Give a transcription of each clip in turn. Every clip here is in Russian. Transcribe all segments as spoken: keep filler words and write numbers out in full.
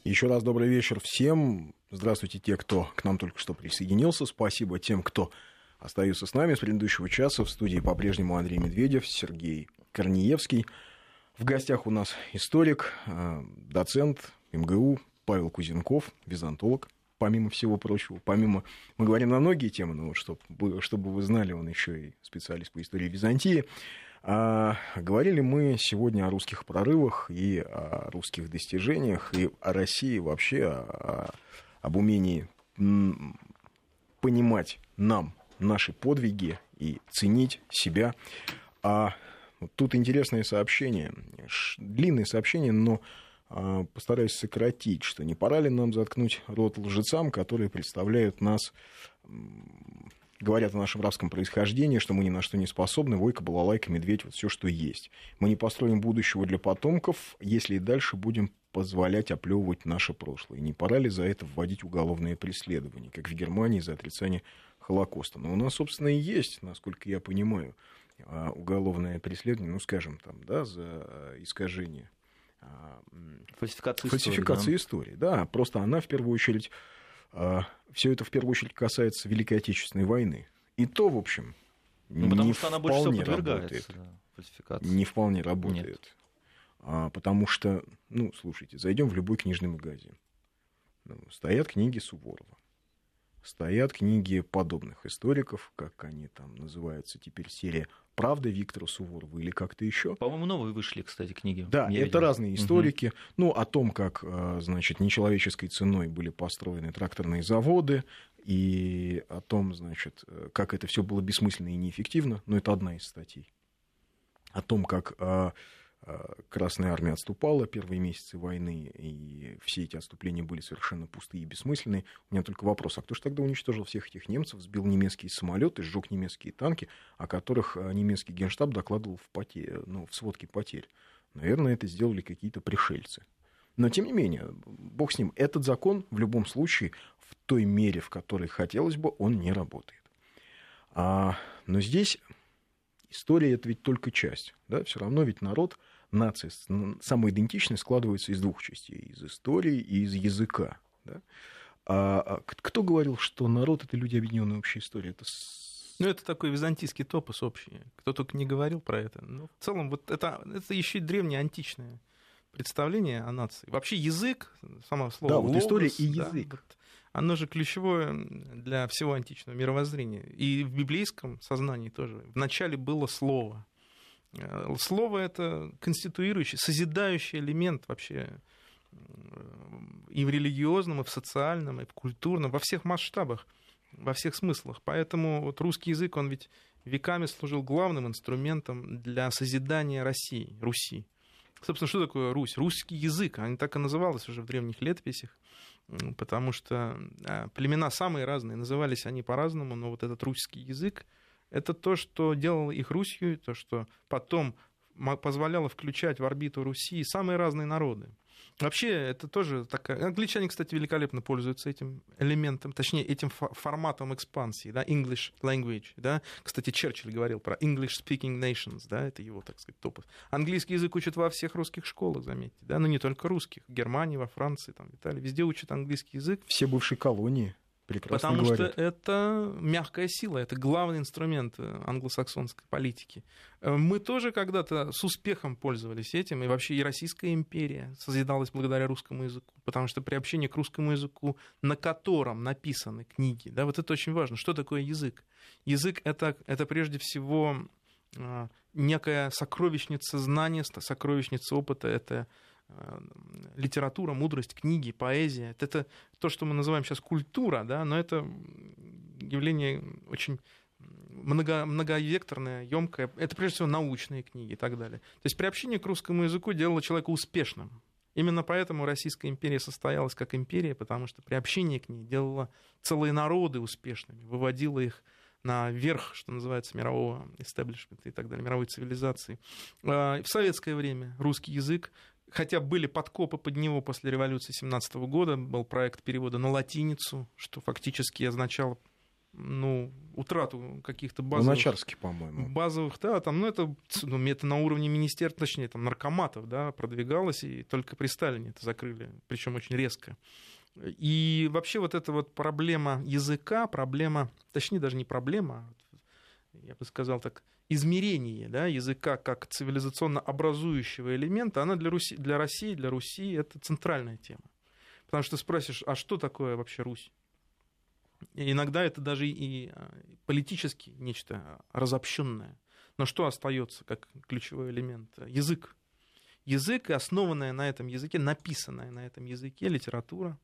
Еще раз добрый вечер всем. Здравствуйте те, кто к нам только что присоединился. Спасибо тем, кто остается с нами с предыдущего часа. В студии по-прежнему Андрей Медведев, Сергей Корнеевский. В гостях у нас историк, доцент эм гэ у Павел Кузенков, византолог, помимо всего прочего. Помимо, мы говорим на многие темы, но вот чтобы, чтобы вы знали, он еще и специалист по истории Византии. А, говорили мы сегодня о русских прорывах и о русских достижениях, и о России вообще, о, об умении м, понимать нам наши подвиги и ценить себя. А вот тут интересное сообщение, длинное сообщение, но а, постараюсь сократить, что не пора ли нам заткнуть рот лжецам, которые представляют нас... Говорят о нашем рабском происхождении, что мы ни на что не способны, Войко, балалайка, медведь, вот все, что есть. Мы не построим будущего для потомков, если и дальше будем позволять оплевывать наше прошлое. Не пора ли за это вводить уголовное преследование, как в Германии за отрицание Холокоста? Но у нас, собственно, и есть, насколько я понимаю, уголовное преследование, ну, скажем, там, да, за искажение. Фальсификация, Фальсификация истории, истории, да. да. Просто она, в первую очередь... Все это, в первую очередь, касается Великой Отечественной войны. И то, в общем, ну, потому не что она больше всего подвергается работает. Да, фальсификации. Не вполне работает. Нет. А, потому что, ну, слушайте, зайдем в любой книжный магазин. Ну, стоят книги Суворова. Стоят книги подобных историков, как они там называются теперь, серия «Правда» Виктора Суворова или как-то еще. По-моему, новые вышли, кстати, книги. Да, Я это видел. разные историки. Угу. Ну, о том, как, значит, нечеловеческой ценой были построены тракторные заводы, и о том, значит, как это все было бессмысленно и неэффективно. Но это одна из статей. О том, как Красная Армия отступала первые месяцы войны, и все эти отступления были совершенно пустые и бессмысленные. У меня только вопрос, а кто же тогда уничтожил всех этих немцев, сбил немецкие самолеты, сжег немецкие танки, о которых немецкий генштаб докладывал в, потерь, ну, в сводке потерь? Наверное, это сделали какие-то пришельцы. Но, тем не менее, бог с ним, этот закон в любом случае в той мере, в которой хотелось бы, он не работает. А, но здесь... История — это ведь только часть. Да? Все равно ведь народ, нация, самоидентичность складывается из двух частей. Из истории и из языка. Да? А, а кто говорил, что народ — это люди, объединенные общей историей? Это... Ну, это такой византийский топос общий. Кто только не говорил про это. Но в целом, вот это, это еще и древнее античное представление о нации. Вообще язык, само слово да, логос, вот история и да, язык. Вот, оно же ключевое для всего античного мировоззрения. И в библейском сознании тоже. Вначале было слово. Слово — это конституирующий, созидающий элемент вообще и в религиозном, и в социальном, и в культурном, во всех масштабах, во всех смыслах. Поэтому вот русский язык, он ведь веками служил главным инструментом для созидания России, Руси. Собственно, что такое Русь? Русский язык, она так и называлась уже в древних летописях, потому что племена самые разные, назывались они по-разному, но вот этот русский язык — это то, что делало их Русью, то, что потом позволяло включать в орбиту Руси самые разные народы. Вообще, это тоже такая... Англичане, кстати, великолепно пользуются этим элементом, точнее, этим форматом экспансии, да, English language, да. Кстати, Черчилль говорил про English-speaking nations, да, это его, так сказать, топос. Английский язык учат во всех русских школах, заметьте, да, но не только русских. В Германии, во Франции, там, в Италии, везде учат английский язык. Все бывшие колонии прекрасно Потому говорят. что это мягкая сила, это главный инструмент англосаксонской политики. Мы тоже когда-то с успехом пользовались этим, и вообще и Российская империя созидалась благодаря русскому языку, потому что приобщение к русскому языку, на котором написаны книги, да, вот это очень важно. Что такое язык? Язык — это, это прежде всего некая сокровищница знания, сокровищница опыта, это литература, мудрость, книги, поэзия. Это то, что мы называем сейчас культура, да, но это явление очень много, многовекторное, емкое. Это, прежде всего, научные книги и так далее. То есть приобщение к русскому языку делало человека успешным. Именно поэтому Российская империя состоялась как империя, потому что приобщение к ней делало целые народы успешными, выводило их наверх, что называется, мирового истеблишмента и так далее, мировой цивилизации. В советское время русский язык, хотя были подкопы под него после революции семнадцатого года, был проект перевода на латиницу, что фактически означало ну, утрату каких-то базовых... Луначарский, по-моему. Базовых, да, там, ну, это, ну, это на уровне министерств, точнее, там, наркоматов, да, продвигалось, и только при Сталине это закрыли, причем очень резко. И вообще вот эта вот проблема языка, проблема, точнее, даже не проблема, я бы сказал так, измерение, да, языка как цивилизационно образующего элемента, она для, Руси, для России, для Руси это центральная тема. Потому что ты спросишь, а что такое вообще Русь? И иногда это даже и политически нечто разобщенное. Но что остается как ключевой элемент? Язык. Язык, и основанная на этом языке, написанная на этом языке литература.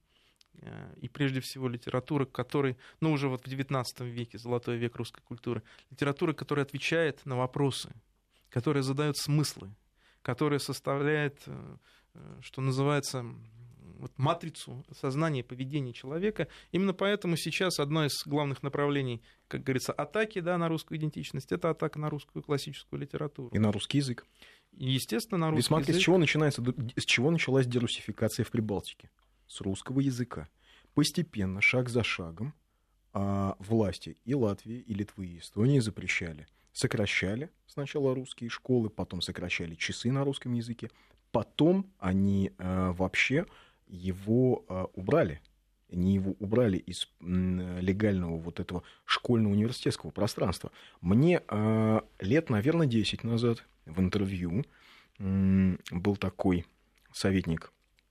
И прежде всего литература, которая, ну уже вот в девятнадцатом веке, золотой век русской культуры, литература, которая отвечает на вопросы, которая задает смыслы, которая составляет, что называется, вот матрицу сознания и поведения человека. Именно поэтому сейчас одно из главных направлений, как говорится, атаки, да, на русскую идентичность, это атака на русскую классическую литературу. И на русский язык. И, естественно, на русский Ведь смотри, язык. С чего, начинается, с чего началась дерусификация в Прибалтике? С русского языка. Постепенно, шаг за шагом, власти и Латвии, и Литвы, и Эстонии запрещали. Сокращали сначала русские школы, потом сокращали часы на русском языке, потом они вообще его убрали. Они его убрали из легального вот этого школьного университетского пространства. Мне лет, наверное, десять назад в интервью был такой советник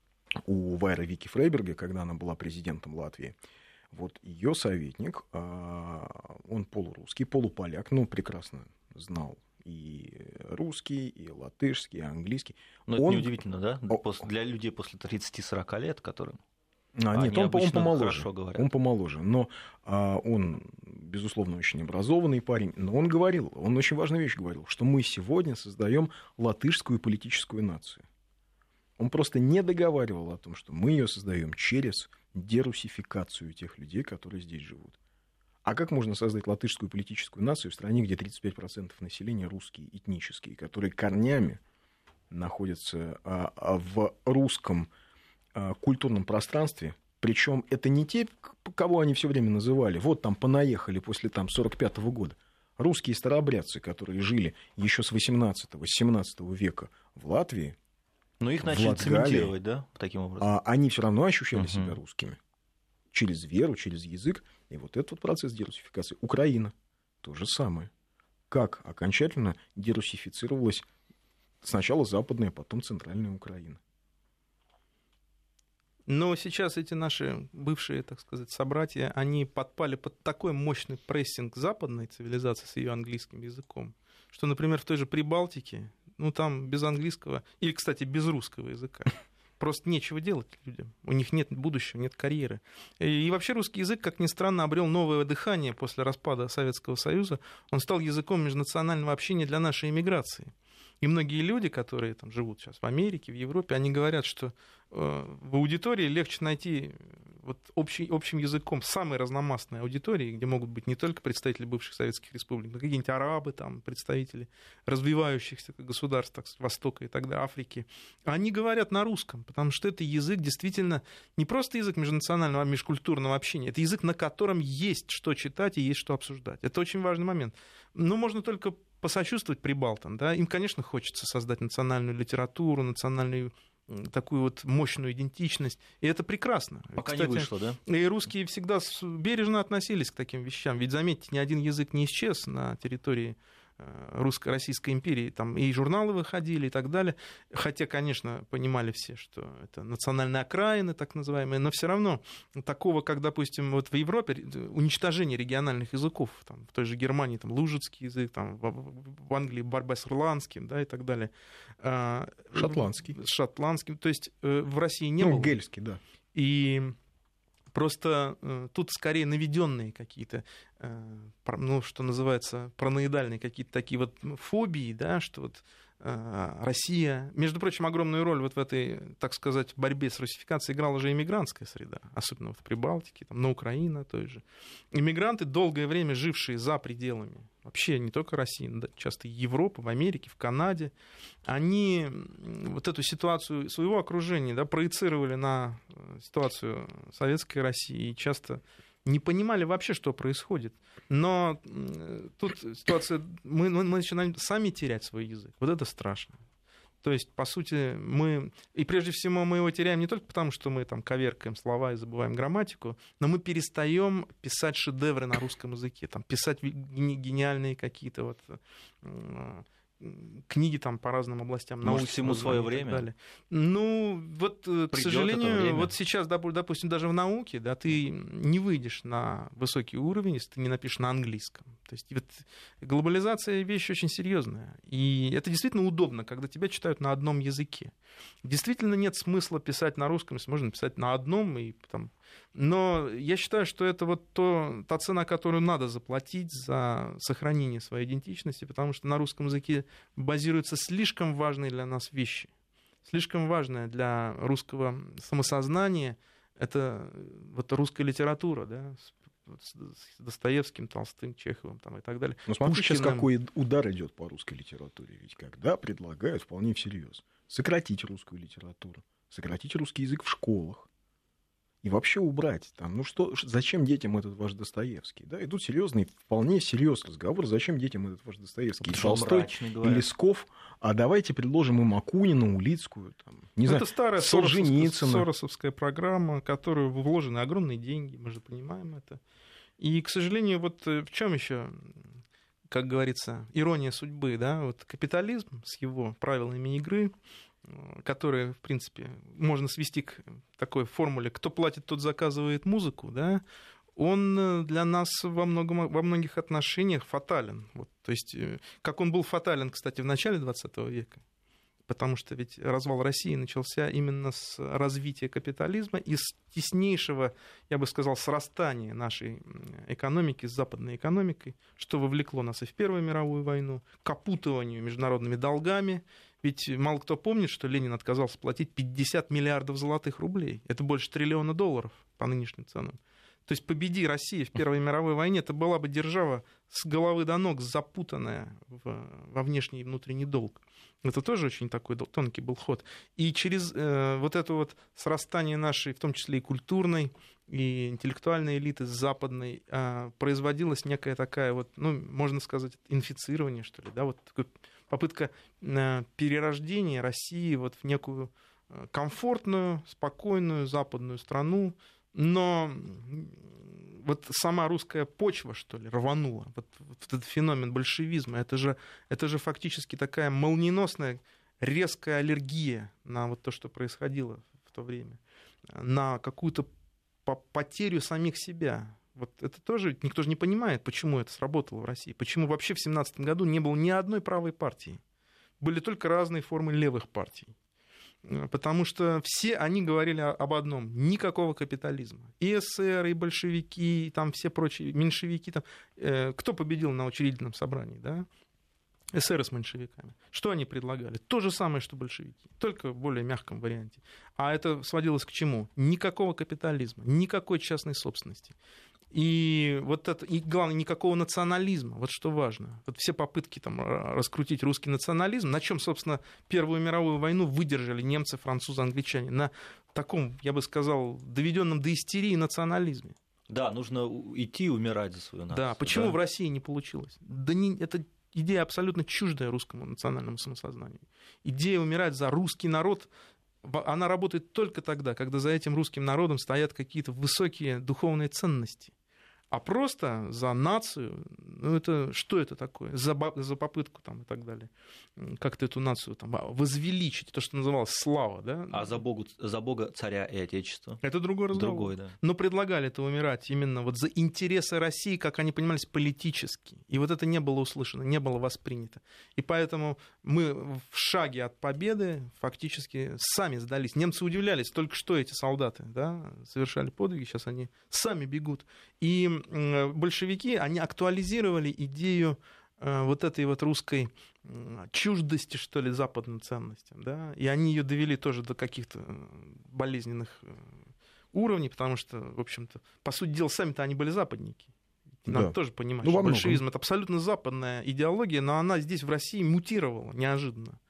у Вайры Вики Фрейберга, когда она была президентом Латвии. Вот ее советник, он полурусский, полуполяк, ну, прекрасно знал и русский, и латышский, и английский. Но это он... неудивительно, да? После, для людей после тридцати-сорока лет, которым... А, нет, он, он помоложе. Он помоложе. Но а, он, безусловно, очень образованный парень. Но он говорил, он очень важную вещь говорил, что мы сегодня создаем латышскую политическую нацию. Он просто не договаривал о том, что мы ее создаем через дерусификацию тех людей, которые здесь живут. А как можно создать латышскую политическую нацию в стране, где тридцать пять процентов населения русские, этнические, которые корнями находятся в русском культурном пространстве? Причем это не те, кого они все время называли, вот там понаехали после там, сорок пятого года. Русские старообрядцы, которые жили еще с восемнадцатого-семнадцатого века в Латвии, но их начали цементировать, да, таким образом? А они все равно ощущали uh-huh. себя русскими. Через веру, через язык. И вот этот вот процесс дерусификации. Украина то же самое. Как окончательно дерусифицировалась сначала западная, потом центральная Украина. Но сейчас эти наши бывшие, так сказать, собратья, они подпали под такой мощный прессинг западной цивилизации с ее английским языком, что, например, в той же Прибалтике, ну, там без английского, или, кстати, без русского языка, просто нечего делать людям. У них нет будущего, нет карьеры. И вообще русский язык, как ни странно, обрел новое дыхание после распада Советского Союза. Он стал языком межнационального общения для нашей эмиграции. И многие люди, которые там живут сейчас в Америке, в Европе, они говорят, что э, в аудитории легче найти вот общий, общим языком самой разномастной аудитории, где могут быть не только представители бывших советских республик, но какие-нибудь арабы, там, представители развивающихся государств, так сказать, Востока и так далее, Африки. Они говорят на русском, потому что это язык действительно не просто язык межнационального, а межкультурного общения. Это язык, на котором есть что читать и есть что обсуждать. Это очень важный момент. Но можно только посочувствовать прибалтам, да, им, конечно, хочется создать национальную литературу, национальную такую вот мощную идентичность, и это прекрасно. Пока Кстати, не вышло, да? И русские всегда бережно относились к таким вещам, ведь, заметьте, ни один язык не исчез на территории русско-российской империи, там и журналы выходили и так далее, хотя, конечно, понимали все, что это национальные окраины, так называемые, но все равно такого, как, допустим, вот в Европе уничтожение региональных языков, там, в той же Германии там, лужицкий язык, там, в Англии борьба с ирландским, да, и так далее. Шотландский. С шотландским, то есть в России не ну, было. Гельский, да. И просто э, тут скорее наведенные какие-то, э, ну, что называется, параноидальные какие-то такие вот фобии, да, что вот э, Россия... Между прочим, огромную роль вот в этой, так сказать, борьбе с руссификацией играла же иммигрантская среда, особенно вот в Прибалтике, там, на Украине той же. Иммигранты, долгое время жившие за пределами, вообще не только России, но часто и Европы, в Америке, в Канаде, они вот эту ситуацию своего окружения, да, проецировали на ситуацию советской России и часто не понимали вообще, что происходит. Но тут ситуация, мы, мы начинаем сами терять свой язык. Вот это страшно. То есть, по сути, мы... И прежде всего мы его теряем не только потому, что мы там коверкаем слова и забываем грамматику, но мы перестаем писать шедевры на русском языке, там, писать гениальные какие-то вот книги там по разным областям науки. Может, всему свое время? Ну, вот, Придёт к сожалению, вот сейчас, да, допустим, даже в науке, да, ты не выйдешь на высокий уровень, если ты не напишешь на английском. То есть вот, глобализация — вещь очень серьезная. И это действительно удобно, когда тебя читают на одном языке. Действительно нет смысла писать на русском, если можно писать на одном. И, там... Но я считаю, что это вот то, та цена, которую надо заплатить за сохранение своей идентичности, потому что на русском языке базируются слишком важные для нас вещи. Слишком важная для русского самосознания это вот русская литература, да, с Достоевским, Толстым, Чеховым там, и так далее. Но смотри, сейчас какой удар идет по русской литературе. Ведь когда предлагают вполне всерьез сократить русскую литературу, сократить русский язык в школах и вообще убрать там, ну что, зачем детям этот ваш Достоевский? Да, идут серьезный, вполне серьезный разговор, зачем детям этот ваш Достоевский? Толстой и Лесков, а давайте предложим им Акунину, Улицкую, там, не знаю, это старая Солженицына. соросовская программа, в которую вложены огромные деньги, мы же понимаем это. И, к сожалению, вот в чем еще, как говорится, ирония судьбы, да, вот капитализм с его правилами игры, которые, в принципе, можно свести к такой формуле: кто платит, тот заказывает музыку, да, он для нас во, многом, во многих отношениях фатален. Вот, то есть, как он был фатален, кстати, в начале двадцатого века, потому что ведь развал России начался именно с развития капитализма и с теснейшего, я бы сказал, срастания нашей экономики с западной экономикой, что вовлекло нас и в Первую мировую войну, к опутыванию международными долгами. Ведь мало кто помнит, что Ленин отказался платить пятьдесят миллиардов золотых рублей. Это больше триллиона долларов по нынешним ценам. То есть победи Россия в Первой мировой войне, это была бы держава с головы до ног запутанная в, во внешний и внутренний долг. Это тоже очень такой тонкий был ход. И через э, вот это вот срастание нашей, в том числе и культурной, и интеллектуальной элиты с западной, э, производилась некая такая вот, ну, можно сказать, инфицирование, что ли, да, вот такой попытка э, перерождения России вот в некую комфортную, спокойную западную страну, но вот сама русская почва, что ли, рванула. Вот, вот этот феномен большевизма, это же, это же фактически такая молниеносная, резкая аллергия на вот то, что происходило в то время, на какую-то потерю самих себя. Вот это тоже никто же не понимает, почему это сработало в России, почему вообще в семнадцатом году не было ни одной правой партии. Были только разные формы левых партий. Потому что все они говорили об одном: никакого капитализма. И эсеры, и большевики, и там все прочие, меньшевики. Там, э, кто победил на учредительном собрании? Да? Эсеры с меньшевиками. Что они предлагали? То же самое, что большевики, только в более мягком варианте. А это сводилось к чему? Никакого капитализма, никакой частной собственности. И, вот это, и главное, никакого национализма, вот что важно. Вот все попытки там раскрутить русский национализм, на чем, собственно, Первую мировую войну выдержали немцы, французы, англичане, на таком, я бы сказал, доведенном до истерии национализме. Да, нужно идти умирать за свою нацию. Да, почему да? в России не получилось? Да не, это идея абсолютно чуждая русскому национальному самосознанию. Идея умирать за русский народ, она работает только тогда, когда за этим русским народом стоят какие-то высокие духовные ценности. А просто за нацию, ну это что это такое? За, за попытку там, и так далее. Как-то эту нацию там, возвеличить, то, что называлось слава. Да? А за, Богу, за Бога, царя и отечества? Это другой разговор. Другой, да. Но предлагали это умирать именно вот за интересы России, как они понимались, политически. И вот это не было услышано, не было воспринято. И поэтому мы в шаге от победы фактически сами сдались. Немцы удивлялись, только что эти солдаты, да, совершали подвиги, сейчас они сами бегут. И большевики, они актуализировали идею вот этой вот русской чуждости, что ли, западным ценностям, да, и они ее довели тоже до каких-то болезненных уровней, потому что, в общем-то, по сути дела, сами-то они были западники. Надо да. тоже понимать, ну, что большевизм — это абсолютно западная идеология, но она здесь, в России, мутировала неожиданно.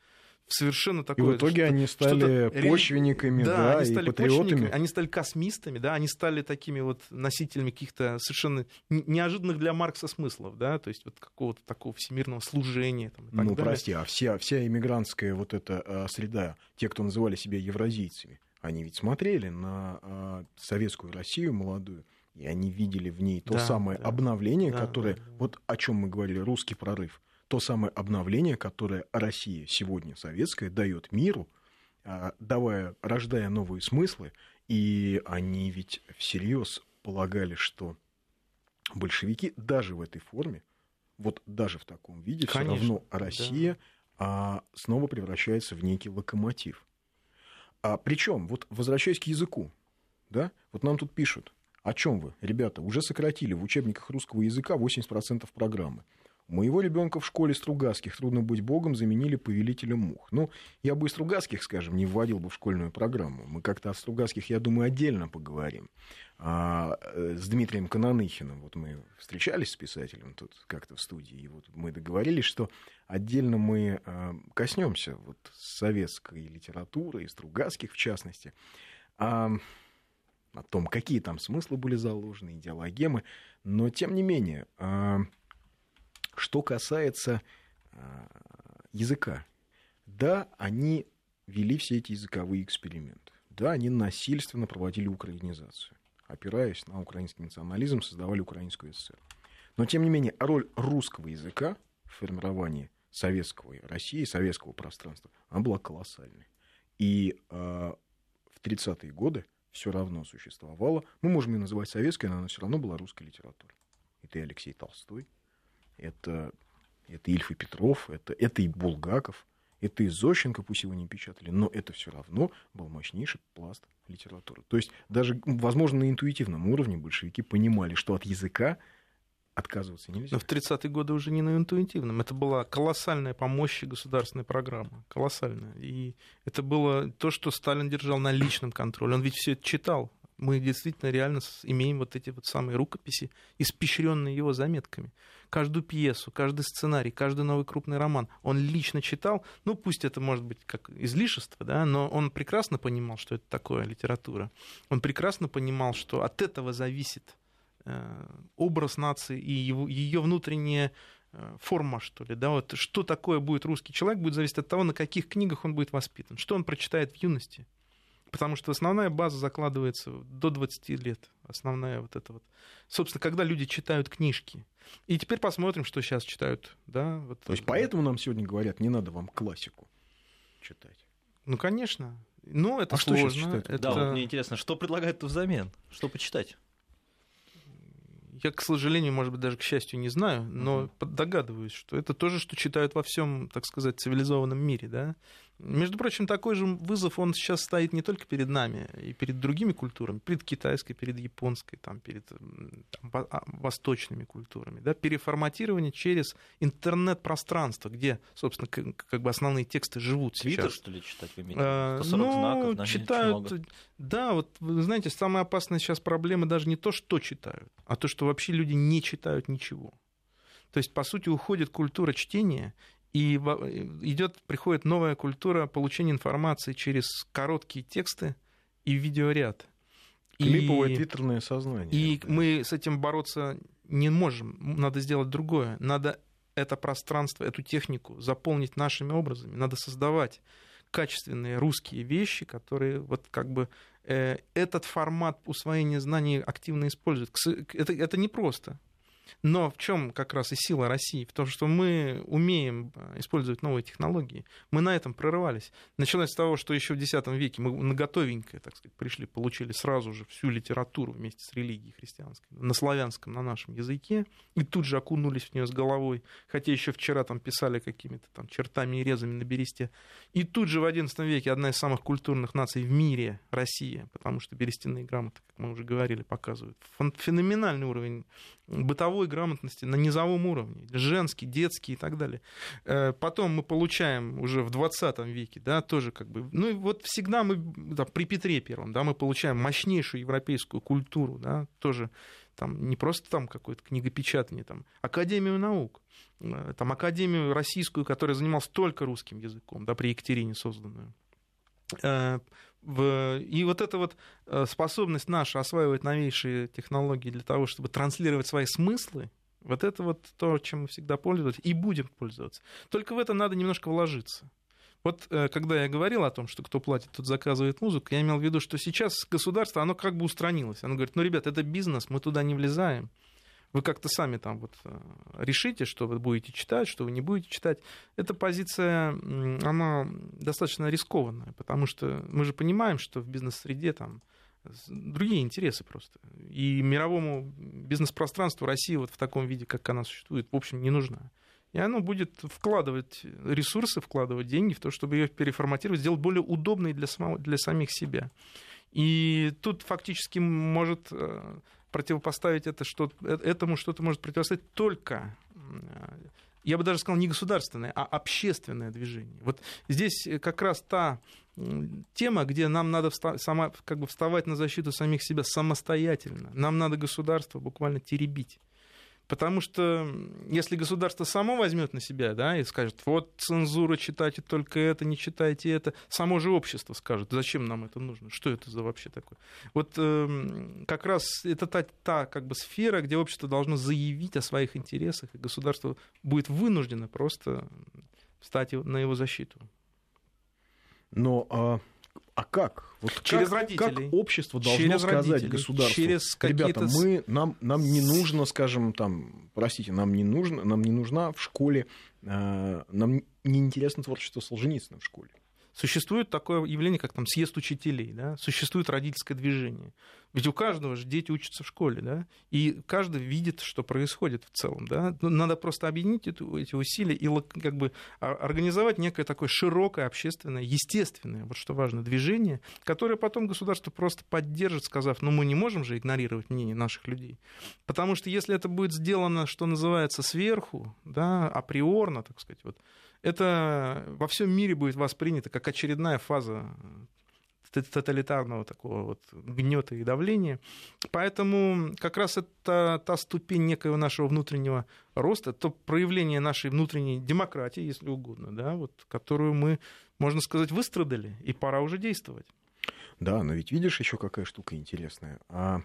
совершенно такое... И в итоге они стали почвенниками, да, да, они и стали патриотами. почвенниками, они стали космистами, да, они стали такими вот носителями каких-то совершенно неожиданных для Маркса смыслов, да, то есть вот какого-то такого всемирного служения. Там, и так ну, далее. прости, а вся, вся иммигрантская вот эта а, среда, те, кто называли себя евразийцами, они ведь смотрели на а, советскую Россию молодую, и они видели в ней то да, самое да. обновление, да, которое, да, да. вот о чем мы говорили, русский прорыв, то самое обновление, которое Россия сегодня советская дает миру, давая, рождая новые смыслы, и они ведь всерьез полагали, что большевики даже в этой форме, вот даже в таком виде, все равно Россия да. снова превращается в некий локомотив. А причем, вот возвращаясь к языку, да, вот нам тут пишут, о чем вы, ребята, уже сократили в учебниках русского языка восемьдесят процентов программы. У моего ребенка в школе Стругацких «Трудно быть богом» заменили повелителем мух. Ну, я бы и Стругацких, скажем, не вводил бы в школьную программу. Мы как-то о Стругацких, я думаю, отдельно поговорим. А, с Дмитрием Кононыхиным, вот мы встречались с писателем тут как-то в студии, и вот мы договорились, что отдельно мы коснемся вот советской литературы, и Стругацких в частности, а, о том, какие там смыслы были заложены, идеологемы, но тем не менее... Что касается э, языка, да, они вели все эти языковые эксперименты, да, они насильственно проводили украинизацию, опираясь на украинский национализм, создавали Украинскую ССР. Но, тем не менее, роль русского языка в формировании советского России, советского пространства, она была колоссальной. И э, в тридцатые годы все равно существовала, мы можем ее называть советской, но она все равно была русской литературой. Это и Алексей Толстой, Это, это Ильф и Петров, это, это и Булгаков, это и Зощенко, пусть его не печатали, но это все равно был мощнейший пласт литературы. То есть даже, возможно, на интуитивном уровне большевики понимали, что от языка отказываться нельзя. Но в тридцатые годы уже не на интуитивном. Это была колоссальная по мощи государственная программа. Колоссальная. И это было то, что Сталин держал на личном контроле. Он ведь все это читал. Мы действительно реально имеем вот эти вот самые рукописи, испещренные его заметками. Каждую пьесу, каждый сценарий, каждый новый крупный роман он лично читал. Ну, пусть это может быть как излишество, да, но он прекрасно понимал, что это такое литература. Он прекрасно понимал, что от этого зависит э, образ нации и его, ее внутренняя э, форма, что ли. Да, вот что такое будет русский человек, будет зависеть от того, на каких книгах он будет воспитан, что он прочитает в юности. Потому что основная база закладывается до двадцати лет. Основная вот эта вот. Собственно, когда люди читают книжки. И теперь посмотрим, что сейчас читают. Да, вот. То есть поэтому нам сегодня говорят, не надо вам классику читать. Ну, конечно. Ну, это а сложно. Что читать? Это... Да, вот мне интересно, что предлагают взамен? Что почитать? Я, к сожалению, может быть, даже к счастью, не знаю, но uh-huh. догадываюсь, что это то же, что читают во всем, так сказать, цивилизованном мире, да. Между прочим, такой же вызов, он сейчас стоит не только перед нами, и перед другими культурами, перед китайской, перед японской, там, перед там, восточными культурами, да, переформатирование через интернет-пространство, где, собственно, как, как бы основные тексты живут сейчас. Твиттер, что ли, читать вы имеете? А, сто сорок ну, знаков, да, читают, да, вот, вы знаете, самая опасная сейчас проблема даже не то, что читают, а то, что вообще люди не читают ничего. То есть, по сути, уходит культура чтения, и идет, приходит новая культура получения информации через короткие тексты и видеоряд. Клиповое твиттерное сознание. И мы с этим бороться не можем. Надо сделать другое. Надо это пространство, эту технику заполнить нашими образами. Надо создавать качественные русские вещи, которые вот как бы э, этот формат усвоения знаний активно используют. Это, это непросто. Но в чем как раз и сила России? В том, что мы умеем использовать новые технологии. Мы на этом прорывались. Началось с того, что еще в десятом веке мы на готовенькое, так сказать, пришли, получили сразу же всю литературу вместе с религией христианской, на славянском, на нашем языке, и тут же окунулись в нее с головой, хотя еще вчера там писали какими-то там чертами и резами на бересте. И тут же в одиннадцатом веке одна из самых культурных наций в мире, Россия, потому что берестяные грамоты, как мы уже говорили, показывают феноменальный уровень бытовой цифровой грамотности на низовом уровне, женский, детский и так далее. Потом мы получаем уже в двадцатом веке, да, тоже как бы, ну и вот всегда мы, да, при Петре Первом, да, мы получаем мощнейшую европейскую культуру, да, тоже там не просто там какое-то книгопечатание, там, Академию наук, там, Академию российскую, которая занималась только русским языком, да, при Екатерине созданную. И вот эта вот способность наша осваивать новейшие технологии для того, чтобы транслировать свои смыслы, вот это вот то, чем мы всегда пользовались и будем пользоваться. Только в это надо немножко вложиться. Вот когда я говорил о том, что кто платит, тот заказывает музыку, я имел в виду, что сейчас государство, оно как бы устранилось. Оно говорит, ну, ребят, это бизнес, мы туда не влезаем. Вы как-то сами там вот решите, что вы будете читать, что вы не будете читать. Эта позиция, она достаточно рискованная, потому что мы же понимаем, что в бизнес-среде там другие интересы просто. И мировому бизнес-пространству России вот в таком виде, как она существует, в общем, не нужна. И оно будет вкладывать ресурсы, вкладывать деньги в то, чтобы ее переформатировать, сделать более удобной для, самого, для самих себя. И тут фактически может противопоставить это, что, этому что-то может противопоставить только, я бы даже сказал, не государственное, а общественное движение. Вот здесь как раз та тема, где нам надо встав, сама, как бы вставать на защиту самих себя самостоятельно. Нам надо государство буквально теребить. Потому что если государство само возьмет на себя, да, и скажет, вот цензура, читайте только это, не читайте это, само же общество скажет, зачем нам это нужно, что это за вообще такое. Вот э, как раз это та, та как бы сфера, где общество должно заявить о своих интересах, и государство будет вынуждено просто встать на его защиту. Но а, а как? Вот через как, родителей. Как общество должно через сказать родителей. государству? Через ребята, мы, нам, нам не нужно, скажем, там, простите, нам не нужно, нам не нужна в школе, э, нам не интересно творчество Солженицына в школе. Существует такое явление, как там съезд учителей, да? Существует родительское движение. Ведь у каждого же дети учатся в школе, да? И каждый видит, что происходит в целом. Да? Надо просто объединить эти усилия и как бы организовать некое такое широкое, общественное, естественное, вот что важно, движение, которое потом государство просто поддержит, сказав, ну мы не можем же игнорировать мнение наших людей. Потому что если это будет сделано, что называется, сверху, да, априорно, так сказать, вот, это во всем мире будет воспринято как очередная фаза тоталитарного такого вот гнета и давления. Поэтому как раз это та ступень некого нашего внутреннего роста, то проявление нашей внутренней демократии, если угодно, да, вот, которую мы, можно сказать, выстрадали, и пора уже действовать. Да, но ведь видишь, еще какая штука интересная. А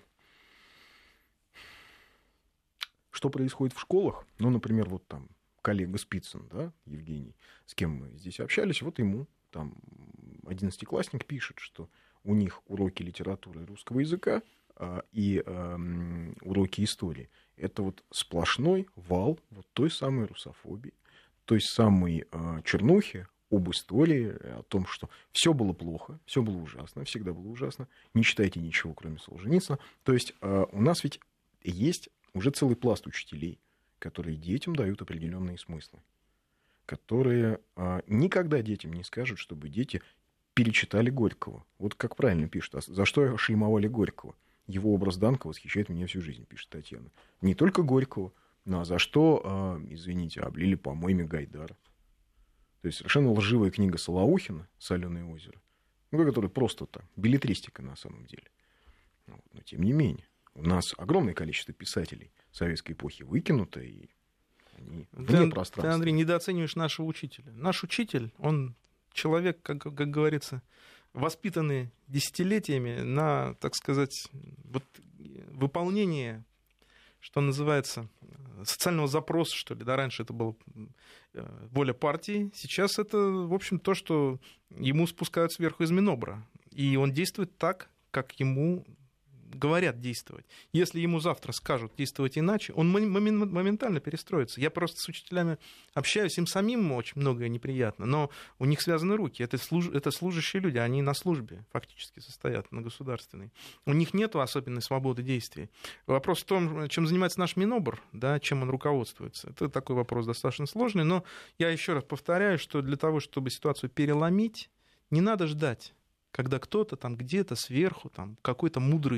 что происходит в школах? Ну, например, вот там коллега Спицын, да, Евгений, с кем мы здесь общались, вот ему там одиннадцатиклассник пишет, что у них уроки литературы и русского языка а, и а, уроки истории — это вот сплошной вал вот той самой русофобии, той самой а, чернухи об истории, о том, что все было плохо, все было ужасно, всегда было ужасно, не читайте ничего, кроме Солженицына. То есть а, у нас ведь есть уже целый пласт учителей, которые детям дают определенные смыслы, которые а, никогда детям не скажут, чтобы дети перечитали Горького. Вот как правильно пишут, а за что ошельмовали Горького? Его образ Данка восхищает меня всю жизнь, пишет Татьяна. Не только Горького, но а за что, а, извините, облили помоями Гайдара. То есть совершенно лживая книга Солоухина «Соленое озеро», ну, которая просто так, беллетристика на самом деле. Но тем не менее, у нас огромное количество писателей советской эпохи выкинуто, и они вне ты, пространства. Ты, Андрей, недооцениваешь нашего учителя. Наш учитель, он человек, как, как говорится, воспитанный десятилетиями на, так сказать, вот, выполнение, что называется, социального запроса, что ли. Да, раньше это была воля партии, сейчас это, в общем, то, что ему спускают сверху из Минобра. И он действует так, как ему говорят действовать. Если ему завтра скажут действовать иначе, он моментально перестроится. Я просто с учителями общаюсь, им самим очень многое неприятно, но у них связаны руки. Это, служ... это служащие люди, они на службе фактически состоят, на государственной. У них нет особенной свободы действий. Вопрос в том, чем занимается наш Минобр, да, чем он руководствуется. Это такой вопрос достаточно сложный, но я еще раз повторяю, что для того, чтобы ситуацию переломить, не надо ждать, когда кто-то там где-то сверху, там, какой-то мудрый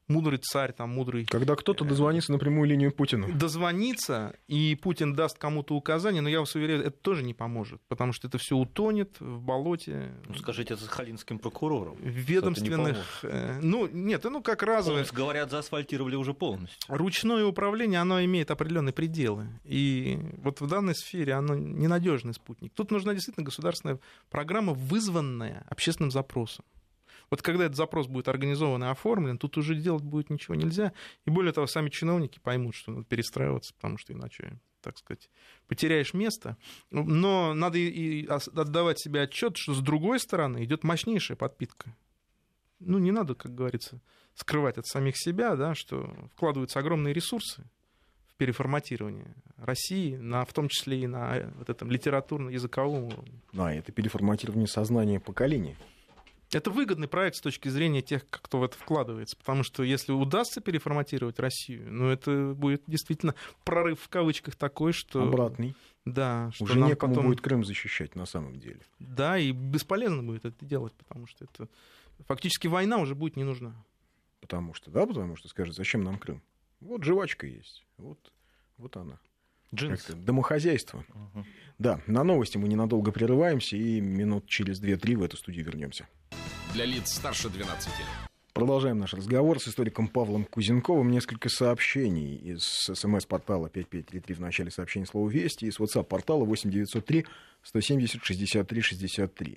мудрый царь, там, мудрый... Когда кто-то дозвонится на прямую линию Путину. Дозвонится, и Путин даст кому-то указания, но я вас уверяю, это тоже не поможет, потому что это все утонет в болоте. Ну, скажите, это с сахалинским прокурором. Ведомственных... Не ну, нет, ну, как разовое... Говорят, заасфальтировали уже полностью. Ручное управление, оно имеет определенные пределы. И вот в данной сфере оно ненадежный спутник. Тут нужна действительно государственная программа, вызванная общественным запросом. Вот когда этот запрос будет организован и оформлен, тут уже делать будет ничего нельзя. И более того, сами чиновники поймут, что надо перестраиваться, потому что иначе, так сказать, потеряешь место. Но надо и отдавать себе отчет, что с другой стороны идет мощнейшая подпитка. Ну, не надо, как говорится, скрывать от самих себя, да, что вкладываются огромные ресурсы в переформатирование России, на, в том числе и на вот этом литературно-языковом уровне. А, это переформатирование сознания поколения. Это выгодный проект с точки зрения тех, кто в это вкладывается, потому что если удастся переформатировать Россию, ну, это будет действительно прорыв в кавычках такой, что... Обратный. Да, что уже некому потом... будет Крым защищать на самом деле. Да, и бесполезно будет это делать, потому что это фактически война уже будет не нужна. Потому что, да, потому что скажут, зачем нам Крым? Вот жвачка есть, вот, вот она. Джинсы. Домохозяйство. Угу. Да, на новости мы ненадолго прерываемся и минут через две-три в эту студию вернемся. Для лиц старше двенадцати лет. Продолжаем наш разговор с историком Павлом Кузенковым. Несколько сообщений из смс-портала пять пять три три в начале сообщения слова «Вести» и с WhatsApp-портала восемь девятьсот три сто семьдесят шестьдесят три шестьдесят три.